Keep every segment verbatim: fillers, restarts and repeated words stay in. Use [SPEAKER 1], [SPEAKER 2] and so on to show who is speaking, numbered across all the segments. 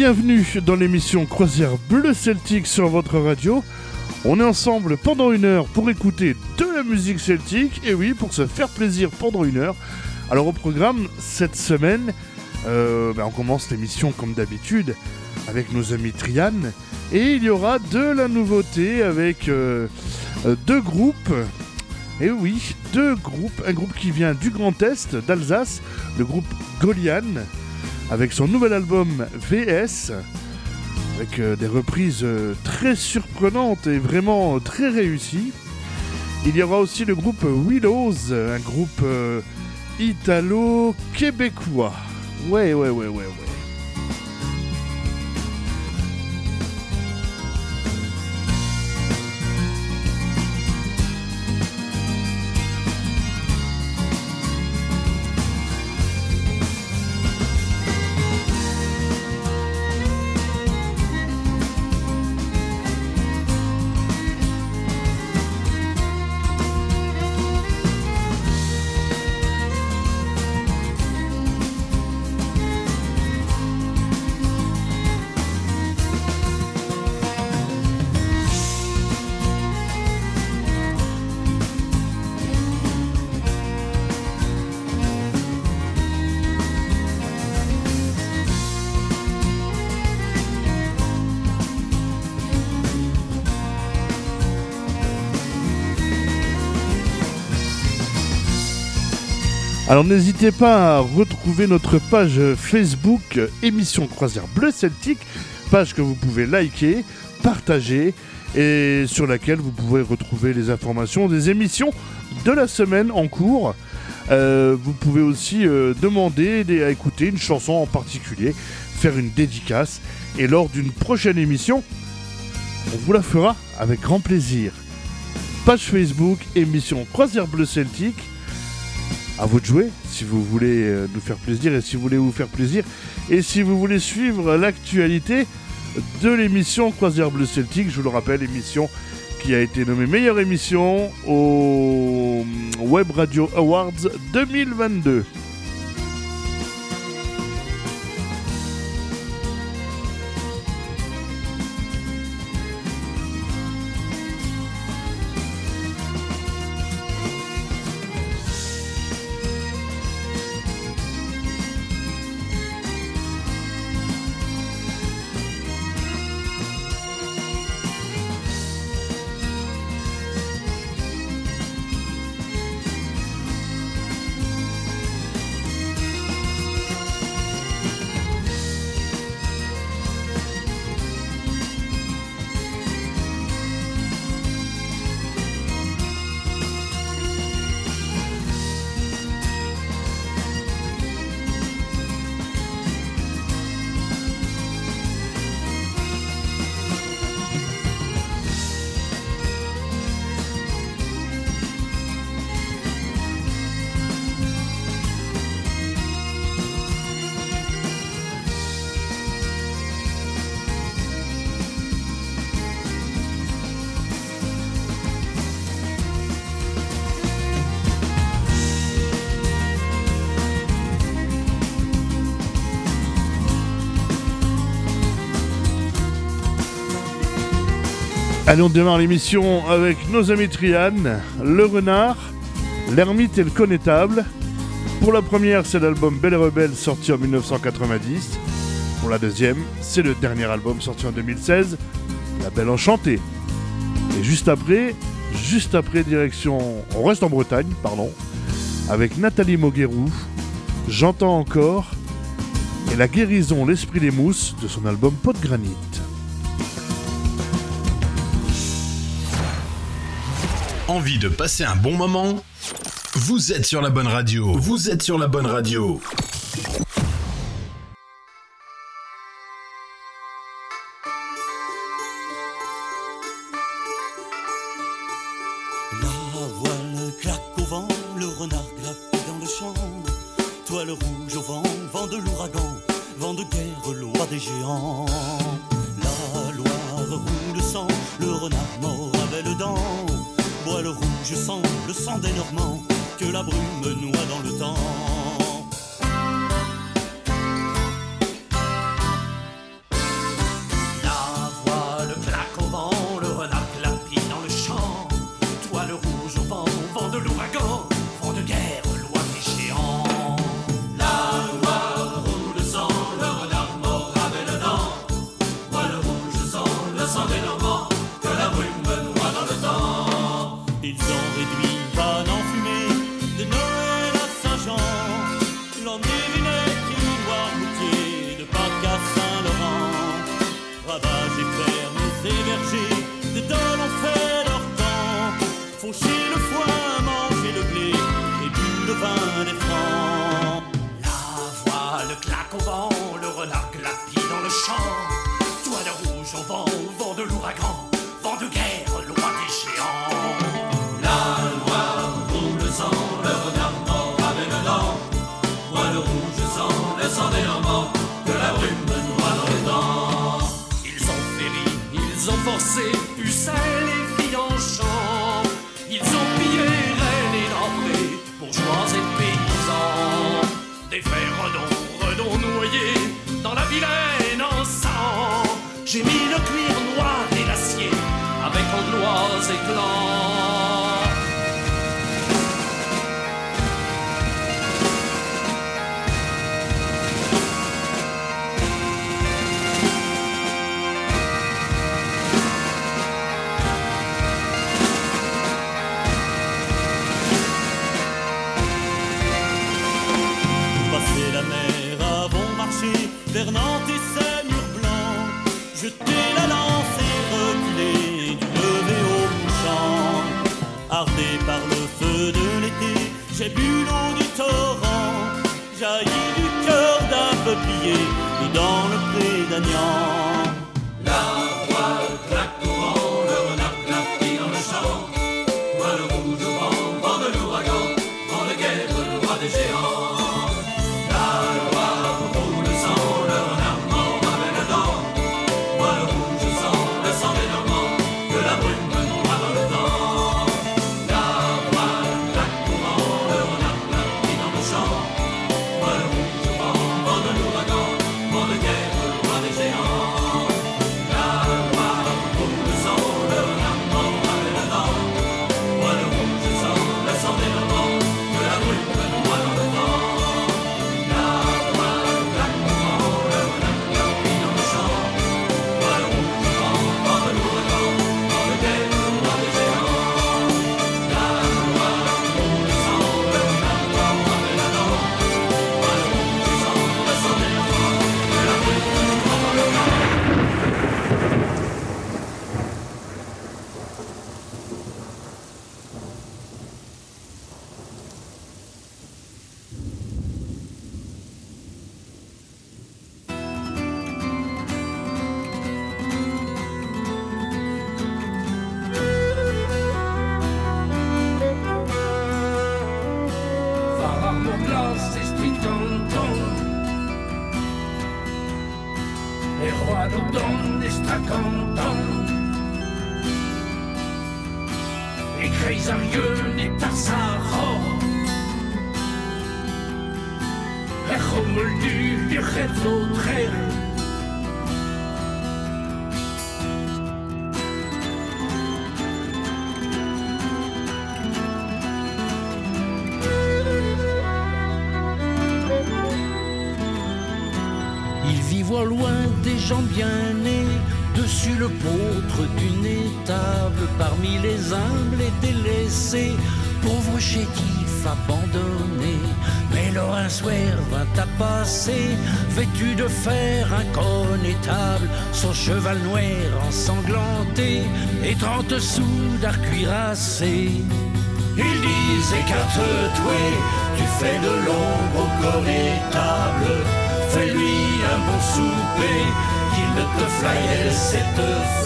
[SPEAKER 1] Bienvenue dans l'émission Croisière Bleu Celtique sur votre radio. On est ensemble pendant une heure pour écouter de la musique celtique, et oui, pour se faire plaisir pendant une heure. Alors au programme, cette semaine, euh, ben on commence l'émission comme d'habitude avec nos amis Trian, et il y aura de la nouveauté avec euh, deux groupes. Et oui, deux groupes, un groupe qui vient du Grand Est, d'Alsace, le groupe Golian, avec son nouvel album V S, avec euh, des reprises euh, très surprenantes et vraiment euh, très réussies. Il y aura aussi le groupe Willows, un groupe euh, italo-québécois. Ouais, ouais, ouais, ouais, ouais. Alors n'hésitez pas à retrouver notre page Facebook émission Croisière Bleu Celtique, page que vous pouvez liker, partager et sur laquelle vous pouvez retrouver les informations des émissions de la semaine en cours. Euh, vous pouvez aussi euh, demander à écouter une chanson en particulier, faire une dédicace, et lors d'une prochaine émission, on vous la fera avec grand plaisir. Page Facebook émission Croisière Bleu Celtique. À vous de jouer si vous voulez euh, nous faire plaisir et si vous voulez vous faire plaisir et si vous voulez suivre l'actualité de l'émission Croisière Bleu Celtique. Je vous le rappelle, émission qui a été nommée meilleure émission au Web Radio Awards deux mille vingt-deux. Allez, on démarre l'émission avec nos amis Trian, le renard, l'ermite et le connétable. Pour la première, c'est l'album Belle et Rebelle sorti en dix-neuf cent quatre-vingt-dix. Pour la deuxième, c'est le dernier album sorti en deux mille seize, La Belle Enchantée. Et juste après, juste après, direction, on reste en Bretagne, pardon, avec Nathalie Moguerou, J'entends encore, et La Guérison, l'Esprit des Mousses de son album Pot de Granit.
[SPEAKER 2] Envie de passer un bon moment? Vous êtes sur la bonne radio. Vous êtes sur la bonne radio.
[SPEAKER 3] La voile claque au vent, le renard glape dans le champ. Toile rouge au vent, vent de l'ouragan, vent de guerre, loi des géants. La Loire roule le sang, le renard mord à belles dents. Bois le rouge sang, le sang des Normands, que la brume noie dans le temps. fin des francs. La voile claque au vent, le renard glapit dans le champ. Toile rouge au vent, vent de l'ouragan, vent de guerre, loi des géants. La loi roule sang, le renard mort avec le dent. Voile rouge sang, le sang des Normands, de la brume noire dans les dents. Ils ont féri, ils ont forcé, pucelles et filles en chant. Ils ont pillé reines et d'entrée, bourgeois et paysans. Des fers redons, redons noyés dans la vilaine en sang. J'ai mis le cuir noir et l'acier avec anglois éclats. Vers Nantes et ses murs blancs, jeter la lance et reculer du lever au couchant. Ardé par le feu de l'été, j'ai bu l'eau du torrent, jailli du cœur d'un peuplier et dans le pré d'Agnan. La voile claque au vent, le renard claque dans le champ. Voile rouge au vent, vent de l'ouragan, vent de guerre, le roi des géants.
[SPEAKER 4] Au loin des gens bien nés, dessus le poutre d'une étable, parmi les humbles et délaissés, pauvres chétifs abandonnés. Mais lors un soir vint à passer, vêtu de fer inconnaissable, son cheval noir ensanglanté, et trente sous d'art cuirassé. Il disait écarte-toi, tu fais de l'ombre au connétable. Fais-lui un bon souper, qu'il ne te flaille cette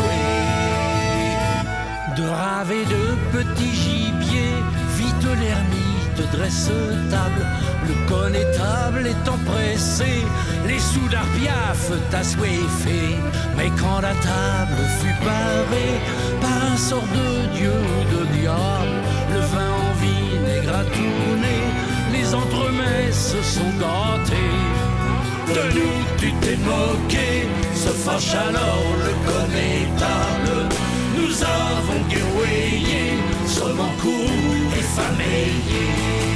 [SPEAKER 4] fouet. De rave et de petits gibiers, vite l'ermite dresse table. Le connétable étant pressé, les sous d'Arpiaf t'assoiffé. Mais quand la table fut parée, par un sort de dieu ou de diable, le vin en vinaigre a tourné, les entremets se sont gâtés. De nous tu t'es moqué, se fâche alors le connétable. Nous avons guerroyé, sommes en cours et faméliés.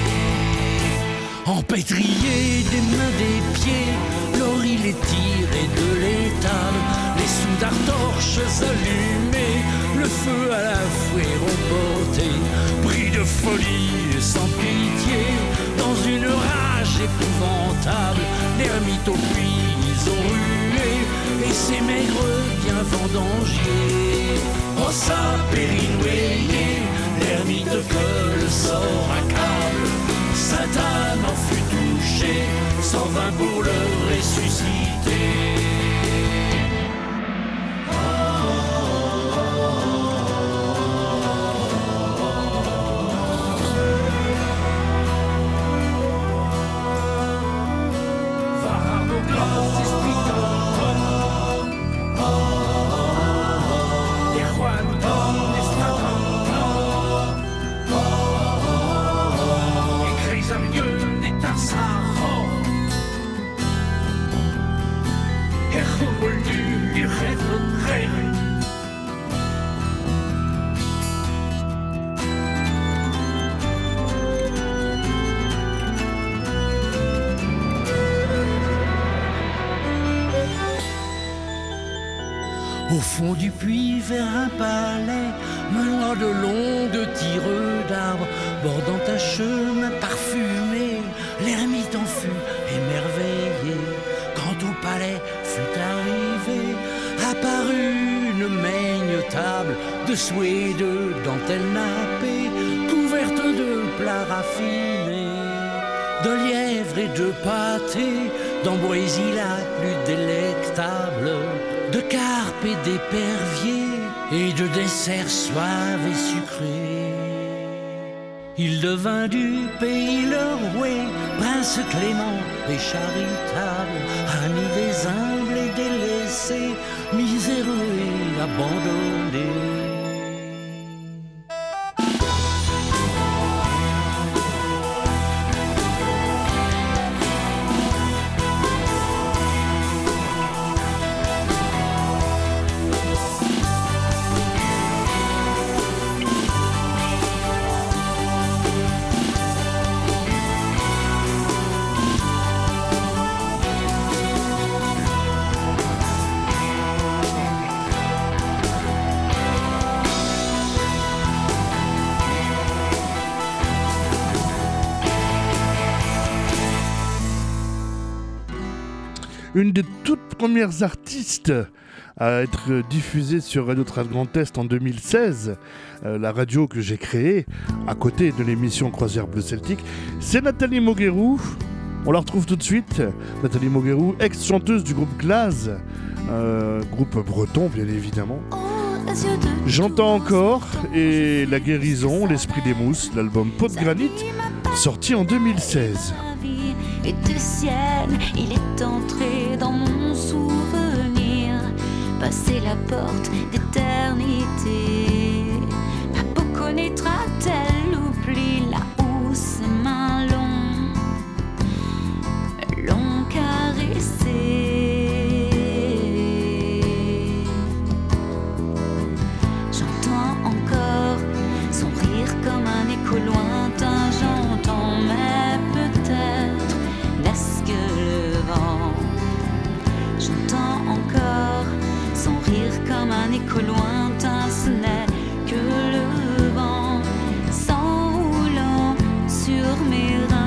[SPEAKER 4] Empêtrier des mains, des pieds, l'or il est tiré de l'étable. Les sous d'artorches allumés, le feu à la fouet remporté. Pris de folie et sans pitié, dans une rage épouvantable, l'ermite aux puits ont rué, et ses maigres bien vendangés. Oh ça périnoyer, l'ermite que le sort accable, Saint s'en vint pour le ressusciter.
[SPEAKER 5] Au fond du puits vers un palais, menant de longues tireux d'arbres, bordant un chemin parfumé, l'ermite en fut émerveillé. Quand au palais fut arrivé, apparut une maigne table de soie et de dentelle nappée, couverte de plats raffinés, de lièvre et de pâté, d'ambroisie la plus délectable, de carpes et d'éperviers, et de desserts suaves et sucrés. Il devint du pays le roi, prince clément et charitable, ami des humbles et délaissés, miséreux et abandonnés.
[SPEAKER 1] Une des toutes premières artistes à être diffusée sur Radio Trace Grand Est en deux mille seize, euh, la radio que j'ai créée à côté de l'émission Croisière Bleu Celtique, c'est Nathalie Moguerou. On la retrouve tout de suite. Nathalie Moguerou, ex-chanteuse du groupe Glaze, euh, groupe breton bien évidemment. J'entends encore et La Guérison, L'Esprit des Mousses, l'album Peau de Granit, sorti en deux mille seize.
[SPEAKER 6] Et du ciel, il est entré dans mon souvenir, passé la porte d'éternité. Ma peau connaîtra-t-elle l'oubli là où ses mains longs l'ont caressé? J'entends encore son rire comme un écho lointain, j'entends mais peut-être n'est-ce que le vent. J'entends encore son rire comme un écho lointain, ce n'est que le vent s'enroulant sur mes reins.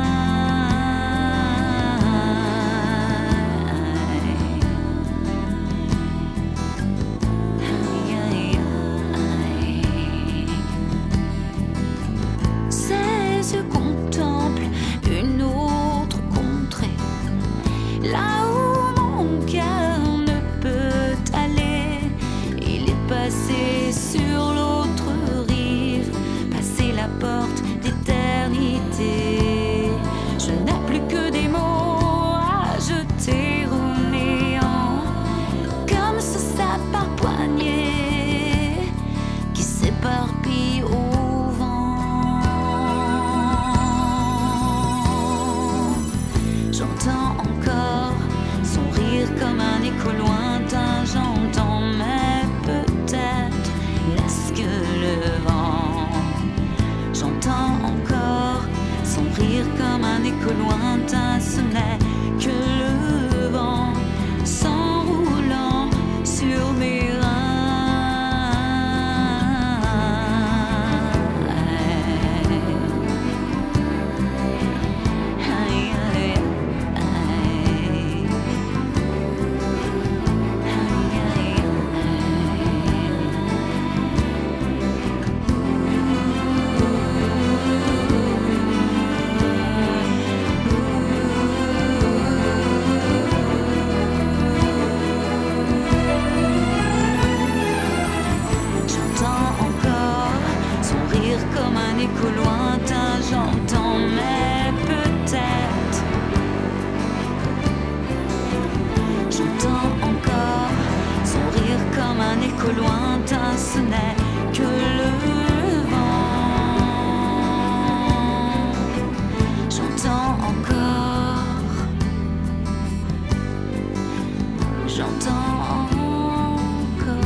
[SPEAKER 6] Aïe, aïe, aïe. Ses yeux contemplent une autre contrée, là où mon cœur ne peut aller. Il est passé sur l'autre rive, passé la porte d'éternité. Je n'ai plus que des mots à jeter au néant, comme ce sac par poignée qui s'éparpille au vent. J'entends encore son rire comme un écho lointain, j'entends mais peut-être n'est-ce que le vent. J'entends encore son rire comme un écho lointain, ce n'est que le vent s'enroulant sur mes reins. Aïe, aïe, aïe. Aïe, aïe, aïe. lointain, ce n'est que le vent. J'entends encore, j'entends encore.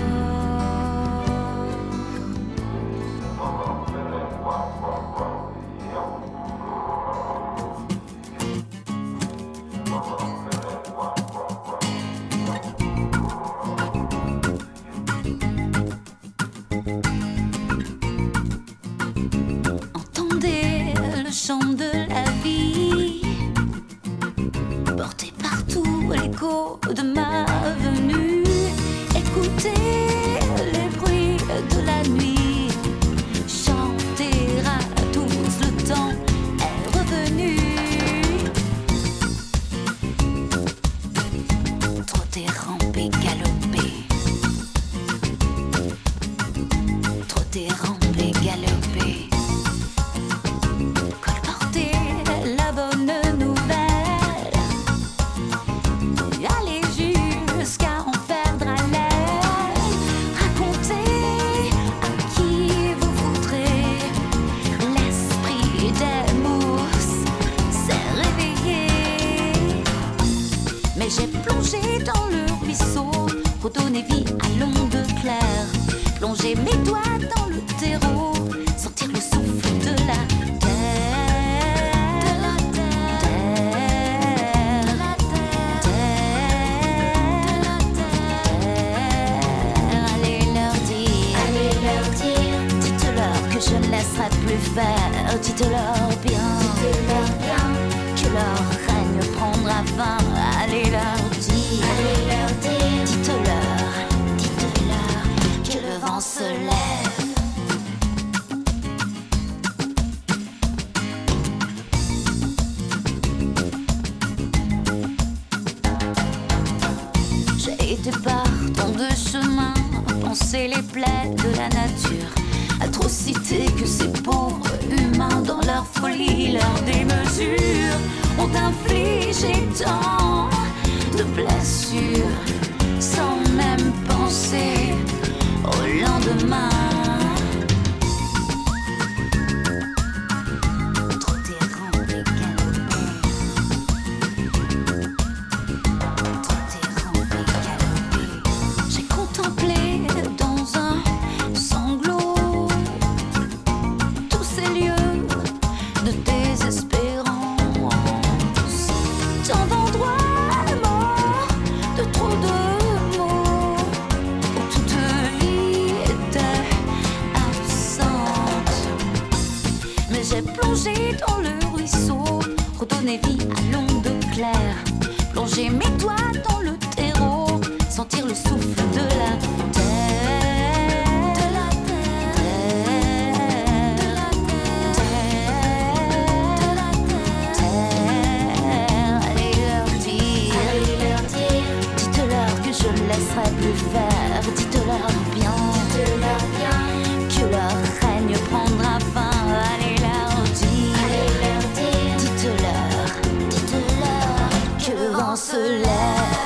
[SPEAKER 6] Entendez le chant de la vie, portez partout l'écho de ma venue. Écoutez les bruits de la nuit, chanter à tous, le temps est revenu. Trotter, ramper, galoper, trotter, ramper, galoper, colporter la bonne nouvelle, aller jusqu'à en perdre haleine, raconter à qui vous voudrez. L'esprit des mousses s'est réveillé, mais j'ai plongé dans le ruisseau, redonné vie à l'onde claire, plonger mes doigts dans le terreau, sentir le souffle de la terre, de la terre, de la terre, de la terre. Allez leur dire, allez leur dire, dites-leur que je ne laisserai plus faire, dites-leur bien, dites-leur bien, que leur règne prendra fin. Allez leur dire, allez leur dire, dites-leur, dites-leur que le vent se lève. J'ai été partant de chemin, penser les plaies de la nature, atrocité que ces pauvres humains dans leur folie, leur démesure, ont infligé tant de blessures, sans même penser au lendemain. Trotter, ramper, galoper, trotter, ramper, galoper. J'ai contemplé dans un sanglot tous ces lieux de désespérance, tant d'endroits morts, de trop de mots, où toute vie était absente. Mais j'ai plongé dans le ruisseau, redonné vie à l'onde claire, plongé mes doigts dans le terreau, sentir le souffle de la terre, de la terre, de la terre, de la terre. Allez leur dire, allez leur dire, dites-leur que je ne laisserai plus faire, dites-leur bien, dites-leur bien, que leur règne prendra fin. Allez leur dire, allez leur dire, dites-leur, dites-leur que le vent se lève,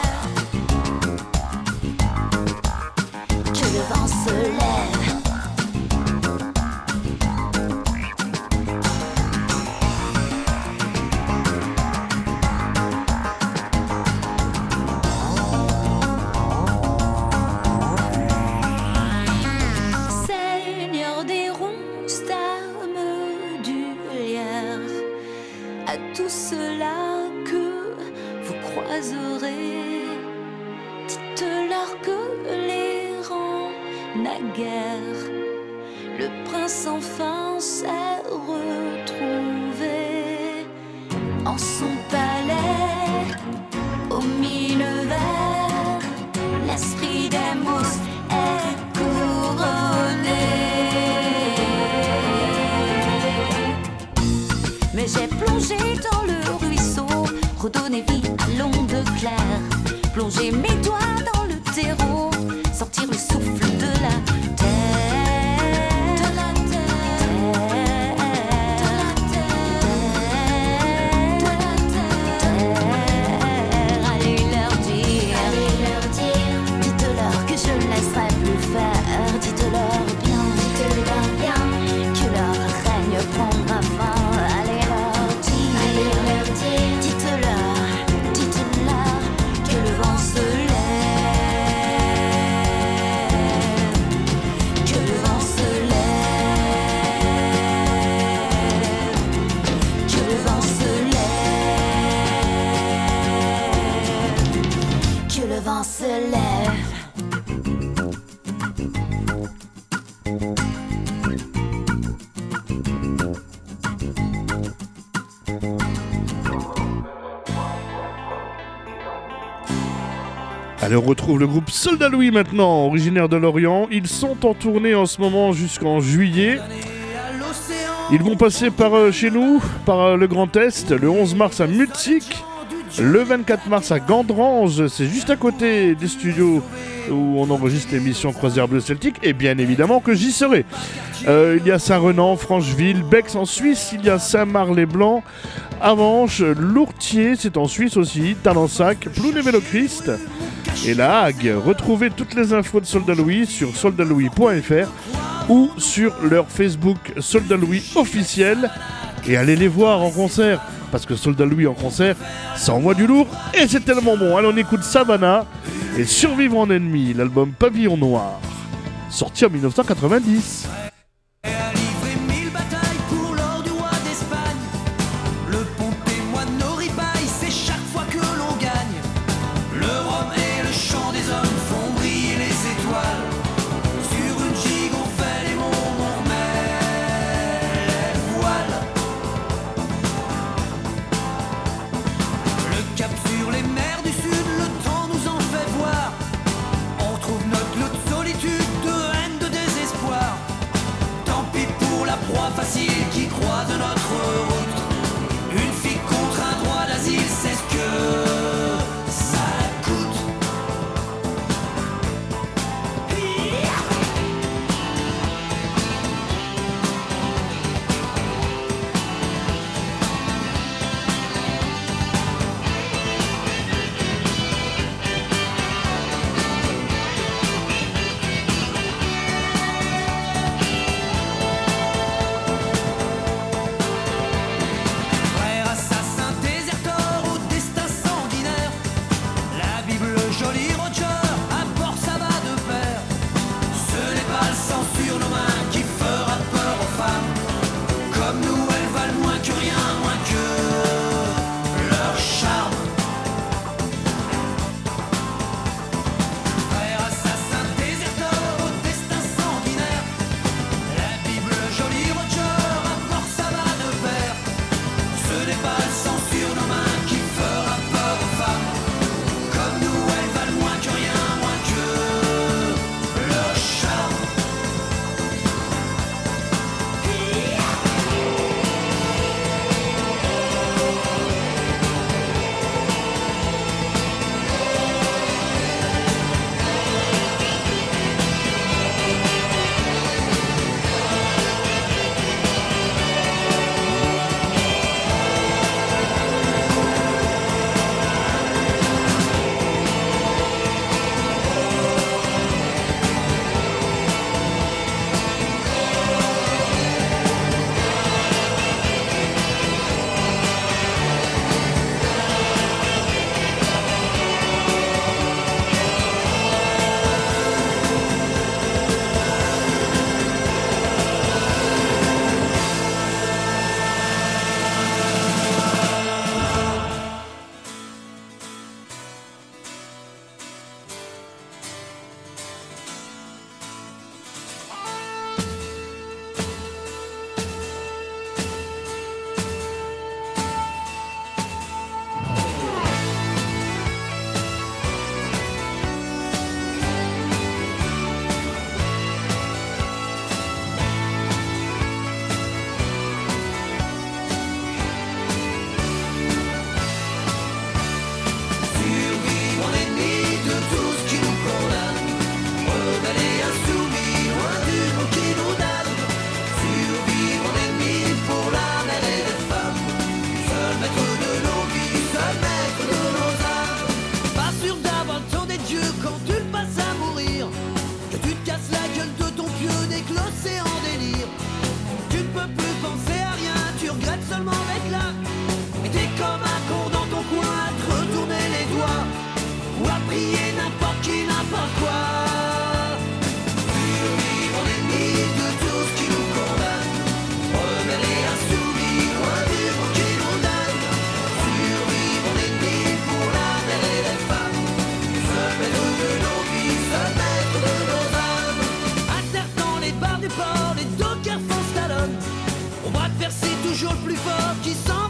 [SPEAKER 6] que le vent se lève. Seigneur des ronces d'âme du lierre, à tout cela que vous croiserez, dites-leur que l'errant naguère, le prince enfin s'est retrouvé en son palais, aux mille vers, l'esprit des mousses est couronné. Mais j'ai plongé dans le ruisseau, redonné vie à l'onde claire, plongé mes doigts dans le terreau, sentir le souffle de la terre, de la terre, de la terre, de la terre. Allez leur dire, allez leur dire, dites-leur que je ne laisserai plus faire, dites
[SPEAKER 1] Allez, on retrouve le groupe Soldat Louis maintenant, originaire de Lorient. Ils sont en tournée en ce moment jusqu'en juillet. Ils vont passer par euh, chez nous, par euh, le Grand Est, le onze mars à Mutzig, le vingt-quatre mars à Gandrange, c'est juste à côté des studios où on enregistre l'émission Croisière Bleu Celtique, et bien évidemment que j'y serai. Euh, il y a Saint-Renan, Francheville, Bex en Suisse, il y a Saint-Marc-les-Blancs, Avanches, Lourtier, c'est en Suisse aussi, Talensac, Plounémel-au-Christ et La Hague. Retrouvez toutes les infos de Soldat Louis sur soldat louis point f r ou sur leur Facebook Soldat Louis officiel, et allez les voir en concert, parce que Soldat Louis en concert, ça envoie du lourd et c'est tellement bon. Allez, on écoute Savannah et Survivre en ennemi, l'album Pavillon Noir, sorti en dix-neuf cent quatre-vingt-dix.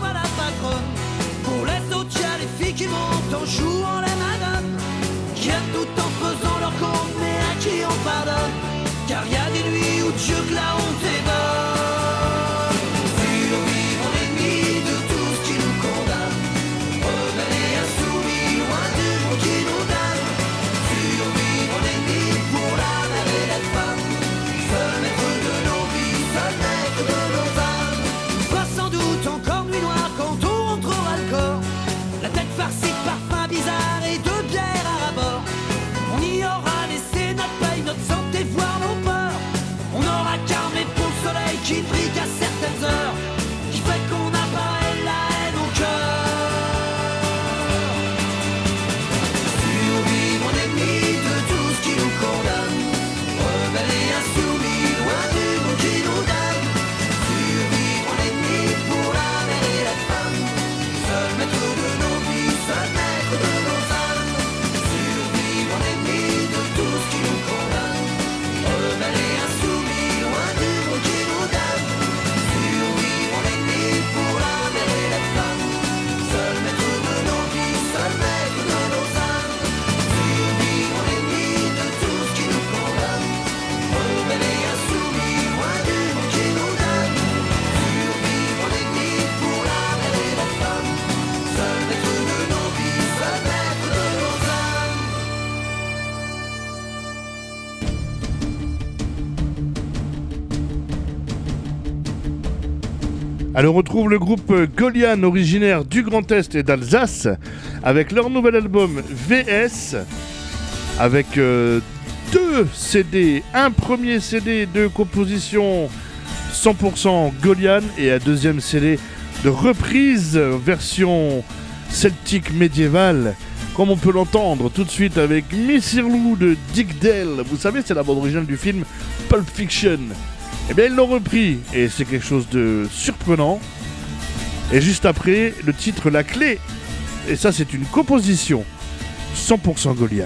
[SPEAKER 5] qui monte en jouant la madame, qui a
[SPEAKER 7] pardonne, car y a des nuits où Dieu que la honte est bonne. Survivre l'ennemi de tout ce qui nous condamne, rebelle et insoumis, loin du monde qui nous donne. Survivre l'ennemi pour la mère et la femme, seul maître de nos vies, seul maître de nos âmes. Pas sans doute encore nuit noire quand on rentrera le corps, la tête farcie de parfums bizarres et de bière à rabord. On y aura laissé notre paille, notre santé, voire nos peurs. On aura calmé pour le soleil qui brille à certaines heures, qui fait qu'on apparaît la haine au cœur. Survivre l'ennemi de tout ce qui nous condamne, rebelle et insoumis, loin du monde qui nous donne. Survivre l'ennemi pour la mère et la femme, seul maître de nos vies, seul maître de nos âmes. Survivre l'ennemi de tout ce qui nous condamne, rebelle et insoumis, loin du monde qui nous donne. Survivre l'ennemi pour la mère et la femme, seul maître de nos vies, seul maître de nos âmes. Survivre l'ennemi de tout ce qui nous condamne, rebelle et insoumis, loin du monde qui nous donne. Survivre l'ennemi pour la mère et la femme, seul maître de nos vies, seul maître de nos âmes.
[SPEAKER 1] Alors on retrouve le groupe Golian, originaire du Grand Est et d'Alsace, avec leur nouvel album V S, avec euh, deux C D, un premier C D de composition cent pour cent Golian et un deuxième C D de reprise version celtique médiévale, comme on peut l'entendre tout de suite avec Missirlou de Dick Dale. Vous savez, c'est la bande originale du film Pulp Fiction. Eh bien, ils l'ont repris et c'est quelque chose de surprenant. Et juste après, le titre La Clé. Et ça, c'est une composition cent pour cent Golian.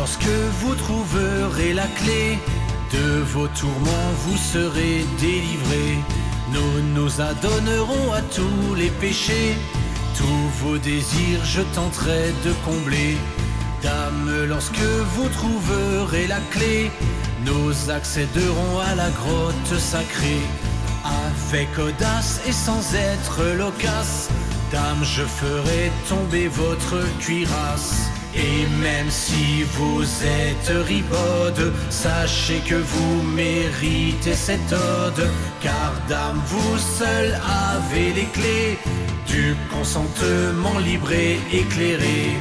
[SPEAKER 4] lorsque vous trouverez la clé de vos tourments, vous serez délivrés. Nous nous adonnerons à tous les péchés, tous vos désirs je tenterai de combler. Dame, lorsque vous trouverez la clé, nous accéderons à la grotte sacrée. Avec audace et sans être loquace, dame, je ferai tomber votre cuirasse. Et même si vous êtes ribaude, sachez que vous méritez cette ode. Car dame, vous seul avez les clés du consentement libre et éclairé.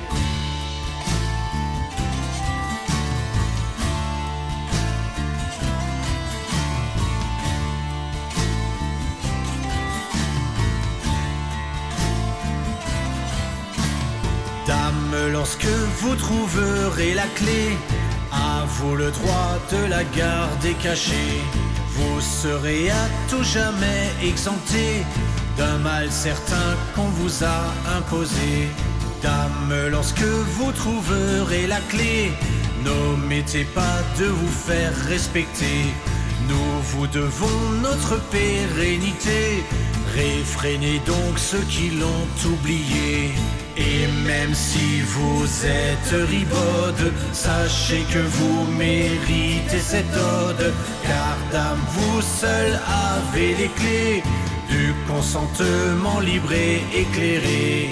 [SPEAKER 4] Dame, lorsque vous trouverez la clé, à vous le droit de la garder cachée. Vous serez à tout jamais exempté d'un mal certain qu'on vous a imposé. Dame, lorsque vous trouverez la clé, n'omettez pas de vous faire respecter. Nous vous devons notre pérennité, réfrénez donc ceux qui l'ont oublié. Et même si vous êtes ribaude, sachez que vous méritez cette ode. Car dame, vous seul avez les clés du consentement libre et éclairé.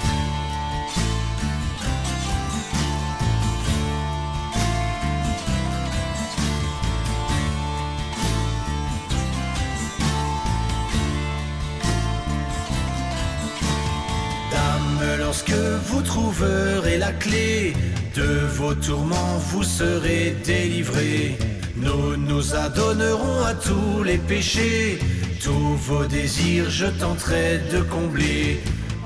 [SPEAKER 4] Lorsque vous trouverez la clé de vos tourments, vous serez délivrés. Nous nous adonnerons à tous les péchés, tous vos désirs je tenterai de combler.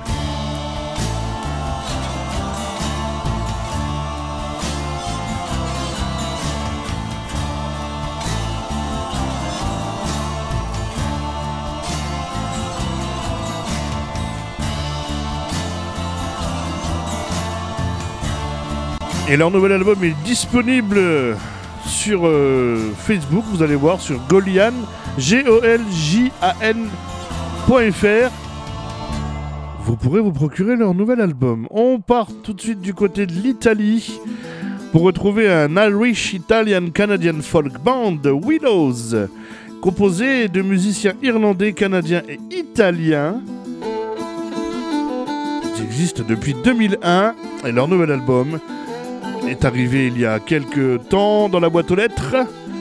[SPEAKER 1] Et leur nouvel album est disponible sur euh, Facebook, vous allez voir sur Goljan, G O L J A N point F R. Vous pourrez vous procurer leur nouvel album. On part tout de suite du côté de l'Italie pour retrouver un Irish Italian Canadian folk band, Willows, composé de musiciens irlandais, canadiens et italiens. Ils existent depuis deux mille un et leur nouvel album est arrivé il y a quelques temps dans la boîte aux lettres.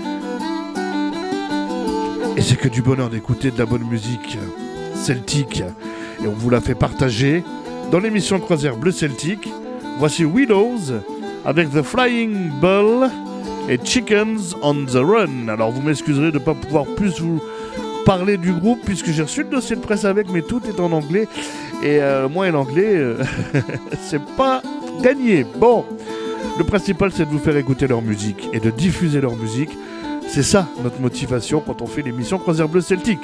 [SPEAKER 1] Et c'est que du bonheur d'écouter de la bonne musique celtique. Et on vous l'a fait partager dans l'émission Croisière Bleu Celtique. Voici Willows avec The Flying Bull et Chickens on the Run. Alors vous m'excuserez de ne pas pouvoir plus vous parler du groupe puisque j'ai reçu le dossier de presse avec, mais tout est en anglais. Et euh, moi et l'anglais, euh, c'est pas gagné. Bon. Le principal, c'est de vous faire écouter leur musique et de diffuser leur musique. C'est ça notre motivation quand on fait l'émission Croisière Bleu Celtique.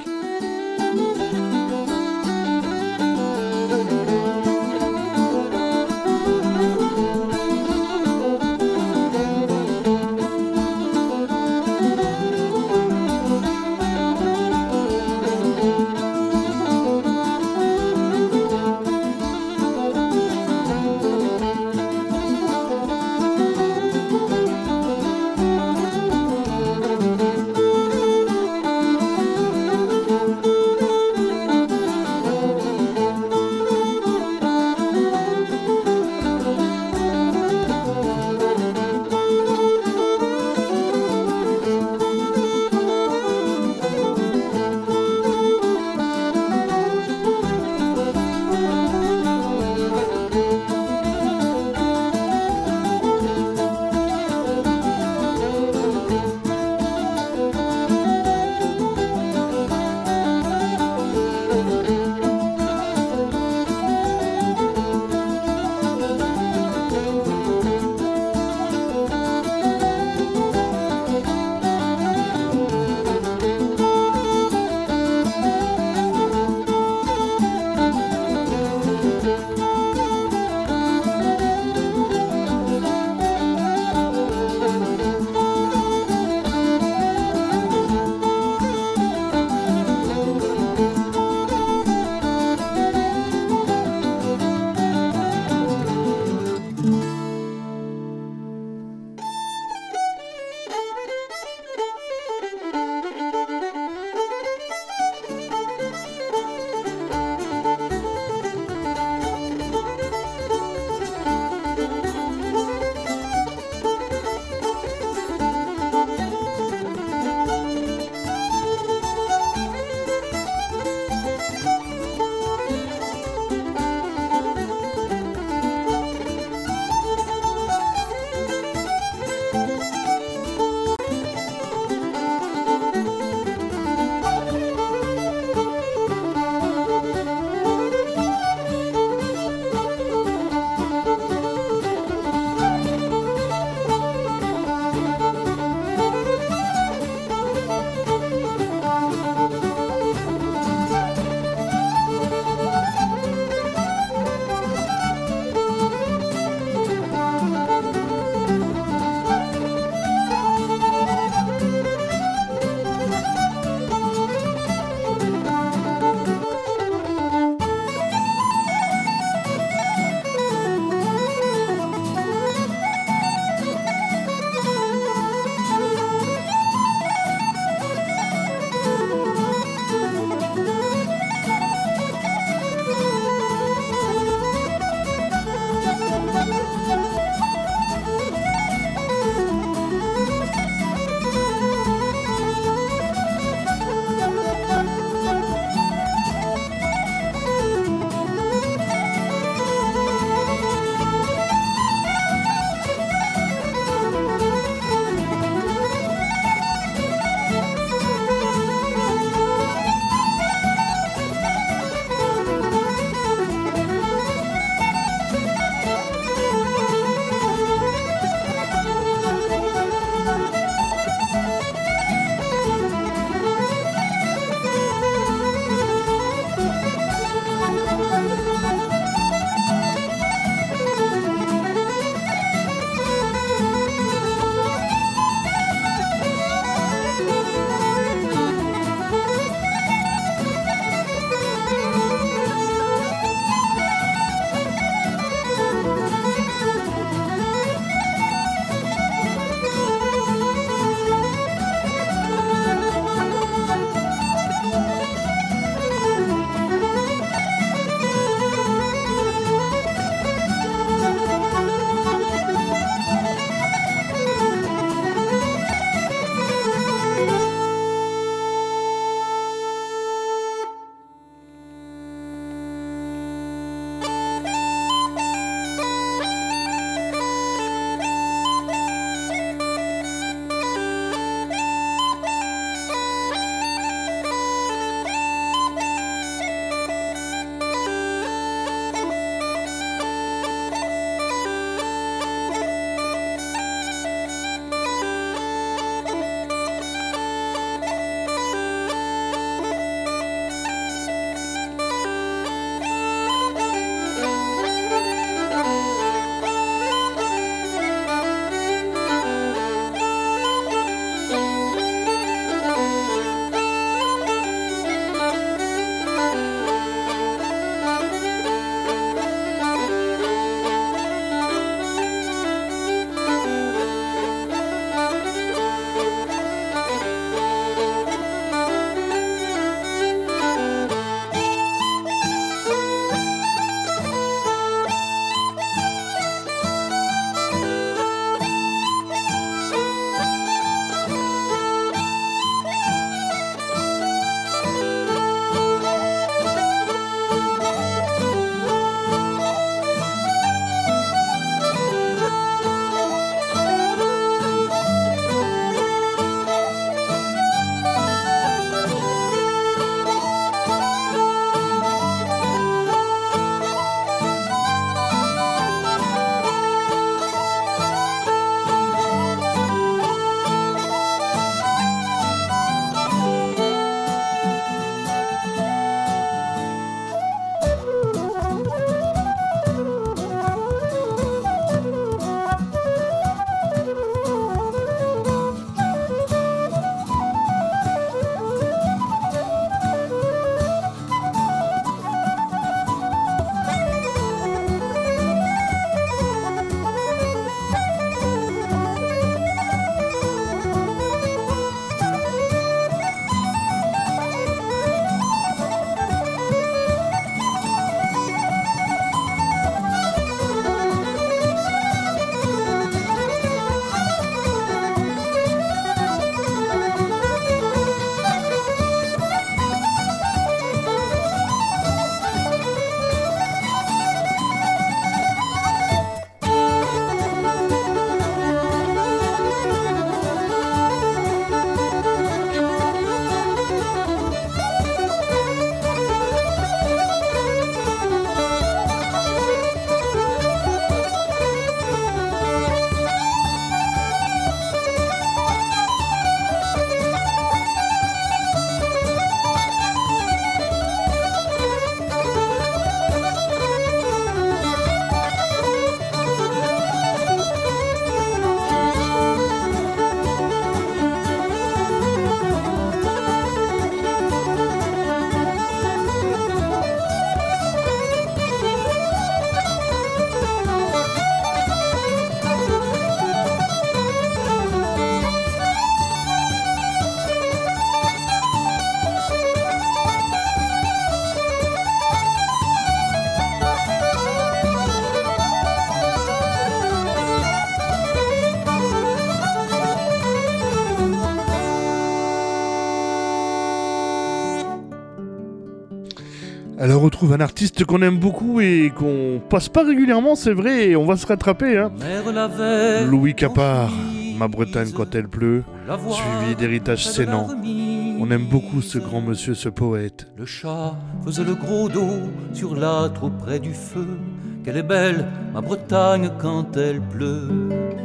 [SPEAKER 1] Elle retrouve un artiste qu'on aime beaucoup et qu'on passe pas régulièrement, c'est vrai, et on va se rattraper. Hein. Louis Capard, Ma Bretagne quand elle pleut, suivi d'Héritage Sénan. On aime beaucoup ce grand monsieur, ce poète.
[SPEAKER 8] Le chat faisait le gros dos sur l'âtre auprès du feu. Qu'elle est belle, ma Bretagne, quand elle pleut.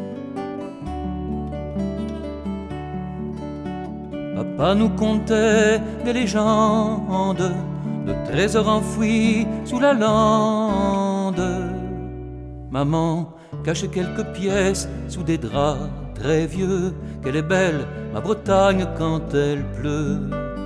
[SPEAKER 8] Papa nous contait des légendes de trésors enfouis sous la lande. Maman cachait quelques pièces sous des draps très vieux. Qu'elle est belle, ma Bretagne, quand elle pleut.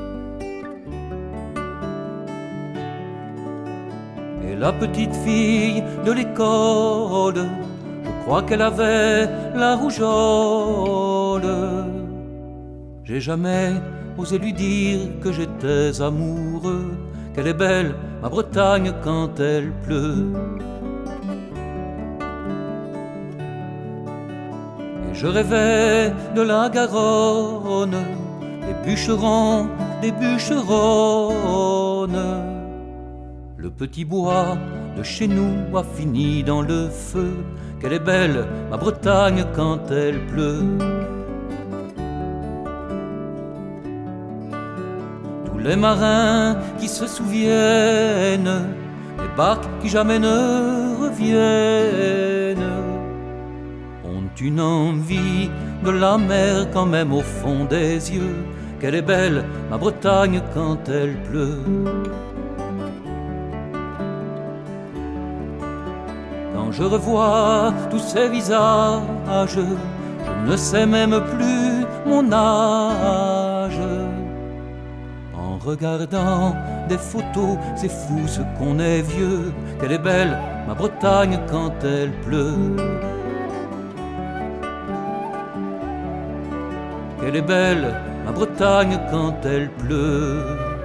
[SPEAKER 8] Et la petite fille de l'école, je crois qu'elle avait la rougeole. J'ai jamais osé lui dire que j'étais amoureux. Qu'elle est belle, ma Bretagne, quand elle pleut. Et je rêvais de la Garonne, des bûcherons, des bûcheronnes. Le petit bois de chez nous a fini dans le feu. Qu'elle est belle, ma Bretagne, quand elle pleut. Les marins qui se souviennent des barques qui jamais ne reviennent ont une envie de la mer quand même au fond des yeux. Qu'elle est belle, ma Bretagne, quand elle pleut. Quand je revois tous ces visages, je ne sais même plus mon âge. En regardant des photos, c'est fou ce qu'on est vieux. Qu'elle est belle, ma Bretagne, quand elle pleut. Qu'elle est belle, ma Bretagne, quand elle pleut.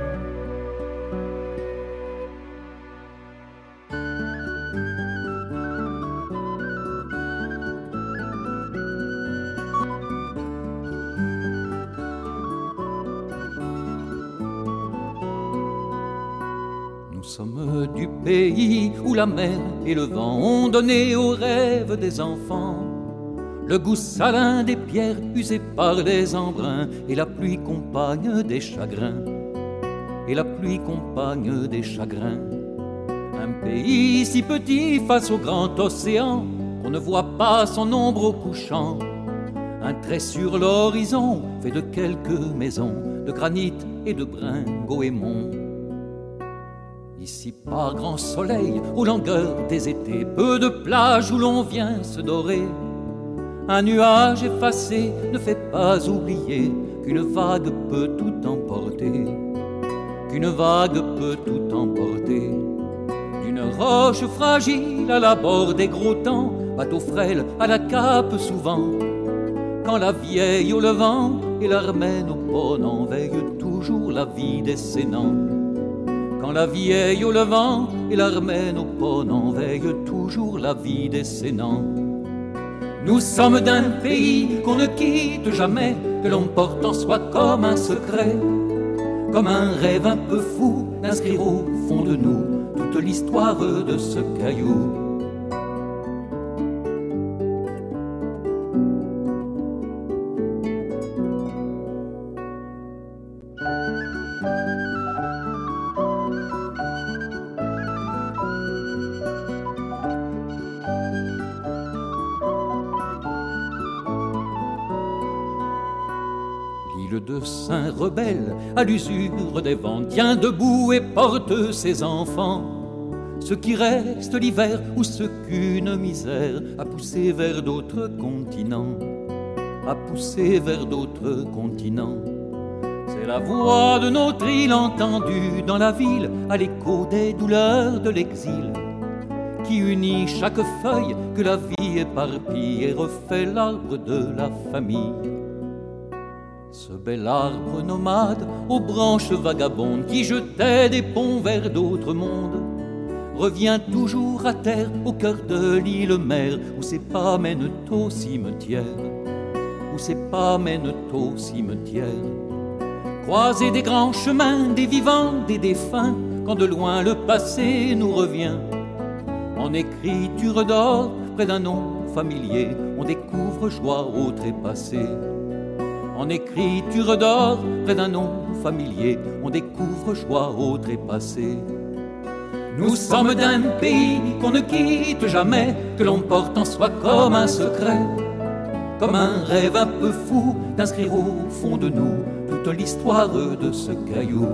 [SPEAKER 8] Du pays où la mer et le vent ont donné aux rêves des enfants le goût salin des pierres usées par les embruns, et la pluie compagne des chagrins, et la pluie compagne des chagrins. Un pays si petit face au grand océan qu'on ne voit pas son ombre au couchant. Un trait sur l'horizon fait de quelques maisons de granit et de brin goémon. Ici par grand soleil, aux longueurs des étés, peu de plages où l'on vient se dorer. Un nuage effacé ne fait pas oublier qu'une vague peut tout emporter, qu'une vague peut tout emporter. D'une roche fragile à la bord des gros temps, bateau frêle à la cape souvent. Quand la vieille au levant et l'armène au ponant veille toujours la vie des sénants. Quand la vieille au levant et l'armène au ponant veille toujours la vie des sénants. Nous sommes d'un pays qu'on ne quitte jamais, que l'on porte en soi comme un secret, comme un rêve un peu fou d'inscrire au fond de nous toute l'histoire de ce caillou. De Saint-Rebelle, à l'usure des vents, tient debout et porte ses enfants. Ceux qui restent l'hiver ou ceux qu'une misère a poussé vers d'autres continents, a poussé vers d'autres continents. C'est la voix de notre île entendue dans la ville, à l'écho des douleurs de l'exil, qui unit chaque feuille que la vie éparpille et refait l'arbre de la famille. Ce bel arbre nomade aux branches vagabondes qui jetait des ponts vers d'autres mondes revient toujours à terre au cœur de l'île mère où ses pas mènent au cimetière, où ses pas mènent au cimetière. Croiser des grands chemins, des vivants, des défunts, quand de loin le passé nous revient. En écriture d'or, près d'un nom familier, on découvre joie au trépassé. En écriture d'or, près d'un nom familier, on découvre joie au trépassé. Nous sommes d'un pays qu'on ne quitte jamais, que l'on porte en soi comme un secret, comme un rêve un peu fou d'inscrire au fond de nous toute l'histoire de ce caillou.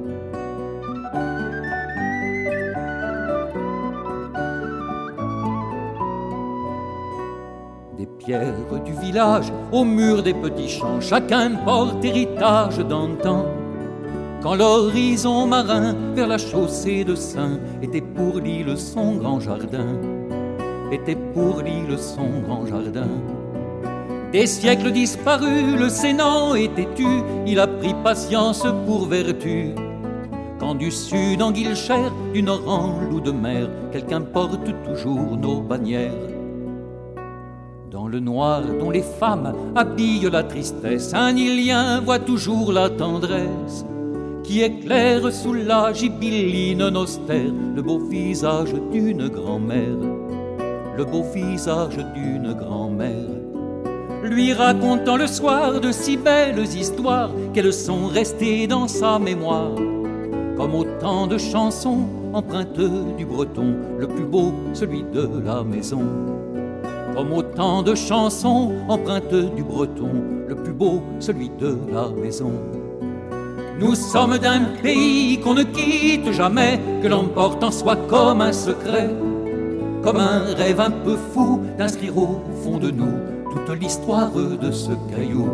[SPEAKER 8] Des pierres du village au mur des petits champs, chacun porte héritage d'antan. Quand l'horizon marin vers la chaussée de Saint était pour l'île son grand jardin, était pour l'île son grand jardin. Des siècles disparus, le sénant est têtu, il a pris patience pour vertu. Quand du sud en Guilcher, du nord en loup de mer, quelqu'un porte toujours nos bannières. Dans le noir dont les femmes habillent la tristesse, un Ilien voit toujours la tendresse qui éclaire sous la gibelline austère le beau visage d'une grand-mère, le beau visage d'une grand-mère. Lui racontant le soir de si belles histoires qu'elles sont restées dans sa mémoire, comme autant de chansons empreintes du breton, le plus beau, celui de la maison. Comme autant de chansons empreintes du breton, le plus beau, celui de la maison. Nous sommes d'un pays qu'on ne quitte jamais, que l'on porte en soi comme un secret, comme un rêve un peu fou d'inscrire au fond de nous toute l'histoire de ce caillou.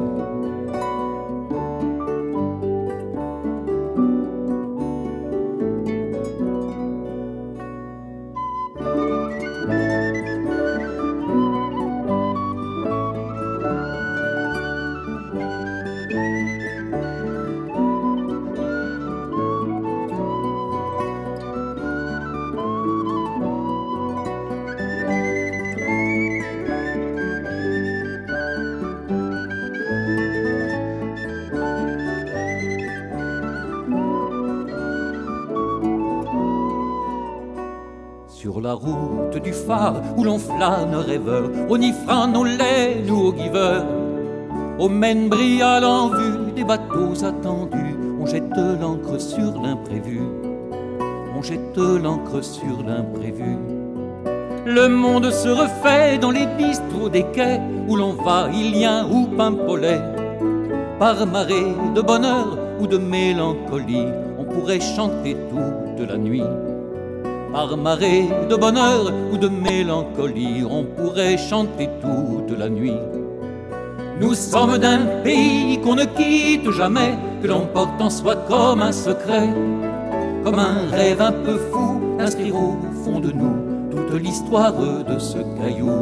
[SPEAKER 8] Sur la route du phare où l'on flâne rêveur, on y fera nos laits, nous aux giveurs. Au mène brial en vue des bateaux attendus, on jette l'encre sur l'imprévu, on jette l'encre sur l'imprévu. Le monde se refait dans les bistrots des quais, où l'on va Ilien ou Paimpolais. Par marée de bonheur ou de mélancolie, on pourrait chanter toute la nuit. Par marée de bonheur ou de mélancolie, on pourrait chanter toute la nuit. Nous sommes d'un pays qu'on ne quitte jamais, que l'on porte en soi comme un secret, comme un rêve un peu fou d'inscrire au fond de nous toute l'histoire de ce caillou.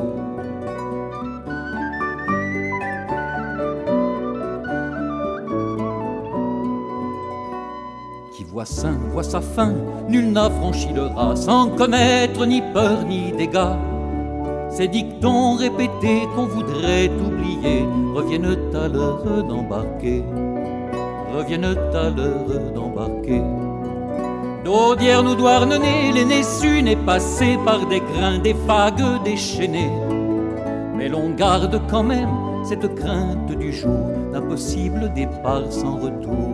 [SPEAKER 8] Voit saint, voit sa fin, nul n'a franchi le raz, sans connaître ni peur ni dégâts. Ces dictons répétés qu'on voudrait oublier reviennent à l'heure d'embarquer, reviennent à l'heure d'embarquer. D'Audierne ou Douarnenez, l'aîné su n'est passé par des grains, des vagues déchaînées. Mais l'on garde quand même cette crainte du jour d'un possible départ sans retour.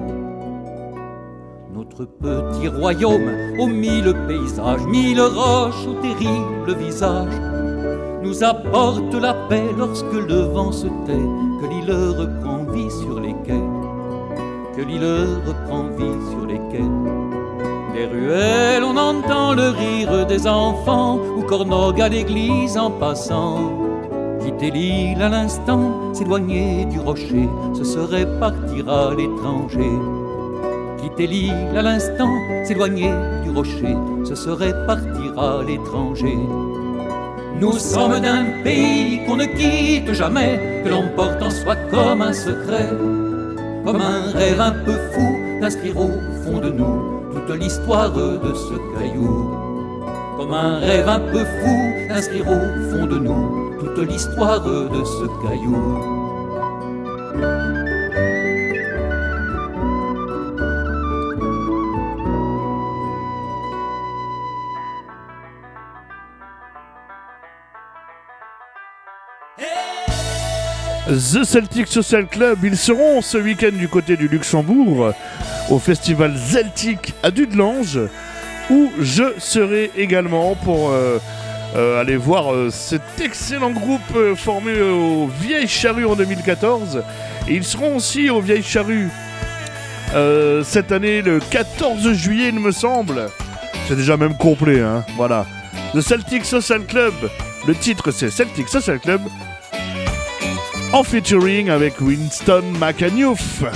[SPEAKER 8] Notre petit royaume aux mille paysages, mille roches au terrible visage, nous apporte la paix lorsque le vent se tait, que l'île reprend vie sur les quais, que l'île reprend vie sur les quais. Des ruelles, on entend le rire des enfants, ou Cornog à l'église en passant. Quitter l'île à l'instant, s'éloigner du rocher, ce serait partir à l'étranger. Quitter l'île à l'instant, s'éloigner du rocher, ce serait partir à l'étranger. Nous sommes d'un pays qu'on ne quitte jamais, que l'on porte en soi comme un secret, comme un rêve un peu fou d'inscrire au fond de nous toute l'histoire de ce caillou. Comme un rêve un peu fou d'inscrire au fond de nous toute l'histoire de ce caillou.
[SPEAKER 1] The Celtic Social Club, ils seront ce week-end du côté du Luxembourg au festival Celtic à Dudelange, où je serai également pour euh, euh, aller voir euh, cet excellent groupe euh, formé euh, aux Vieilles Charrues en deux mille quatorze. Et ils seront aussi aux Vieilles Charrues euh, cette année le quatorze juillet, il me semble. C'est déjà même complet, hein, voilà. The Celtic Social Club, le titre c'est Celtic Social Club, en featuring avec Winston McAnuff.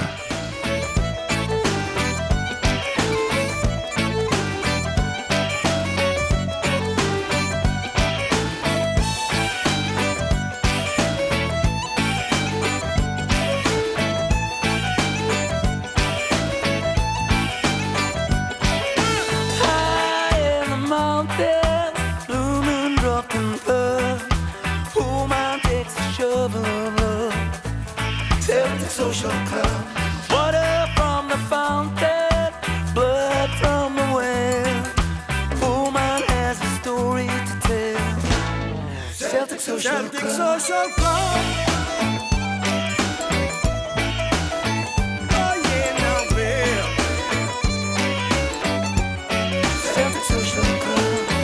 [SPEAKER 7] Social club, water from the fountain, blood from the well. Woman has a story to tell. Celtic Social Celtic Club. Social Club. Oh yeah, now Bill. Celtic Social Club.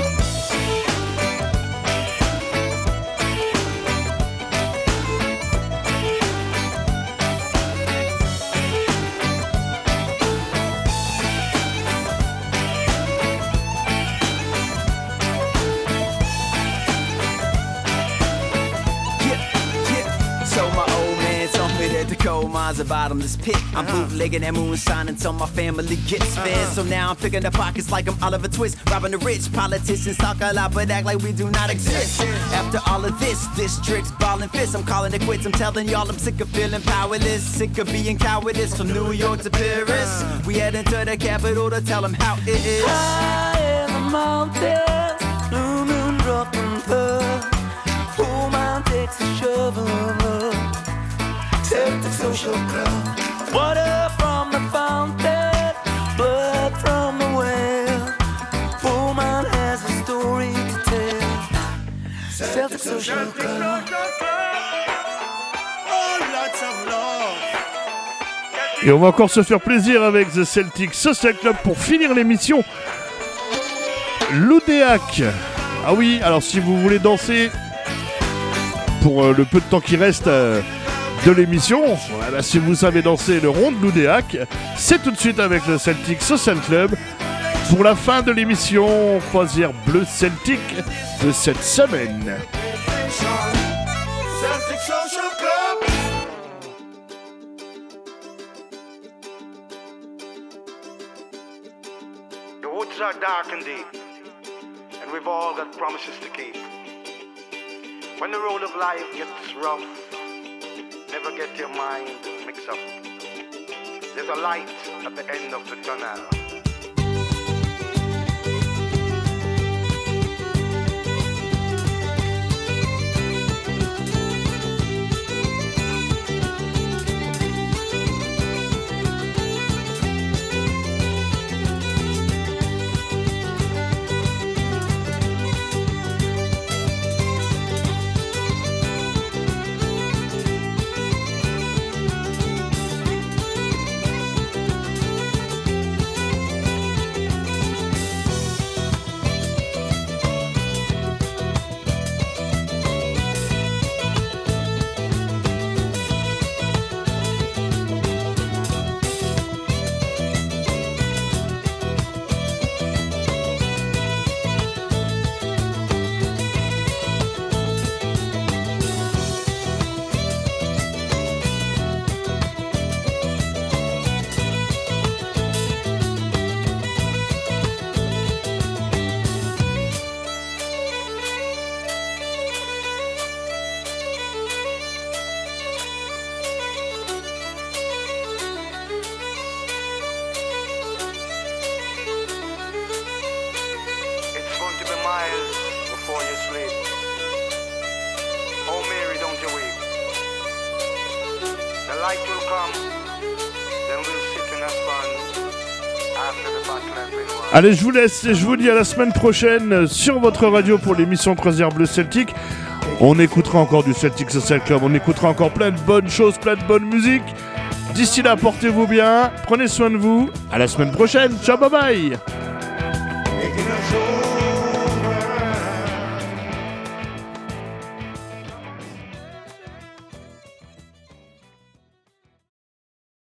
[SPEAKER 9] The coal mine's a bottomless pit. I'm bootlegging that moonshine until my family gets fed. So now I'm picking the pockets like I'm Oliver Twist, robbing the rich. Politicians talk a lot but act like we do not exist. After all of this, districts ballin' fists. I'm calling it quits. I'm telling y'all I'm sick of feeling powerless, sick of being cowardice. From New York to Paris, we head into the capital to tell them how it is.
[SPEAKER 7] High in the mountains, blue moon dropping pearl. Poor man takes a shovel of love. Celtic Social Club, water from the fountain, blood from the well. Woman has a story to tell. Celtic Social Club. Oh, lots of love.
[SPEAKER 1] Et on va encore se faire plaisir avec The Celtic Social Club pour finir l'émission. L'Oudéac. Ah oui, alors si vous voulez danser pour euh, le peu de temps qui reste euh, de l'émission, voilà, si vous savez danser le rond de l'Oudéac, c'est tout de suite avec le Celtic Social Club pour la fin de l'émission Croisière Bleue Celtique de cette semaine.
[SPEAKER 7] Celtic Social Club.
[SPEAKER 10] The woods are dark and deep, and we've all got promises to keep. When the road of life gets rough, never get your mind mixed up. There's a light at the end of the tunnel.
[SPEAKER 1] Allez, je vous laisse et je vous dis à la semaine prochaine sur votre radio pour l'émission Croisière Bleue Celtique. On écoutera encore du Celtic Social Club, on écoutera encore plein de bonnes choses, plein de bonne musique. D'ici là, portez-vous bien, prenez soin de vous. À la semaine prochaine. Ciao, bye bye.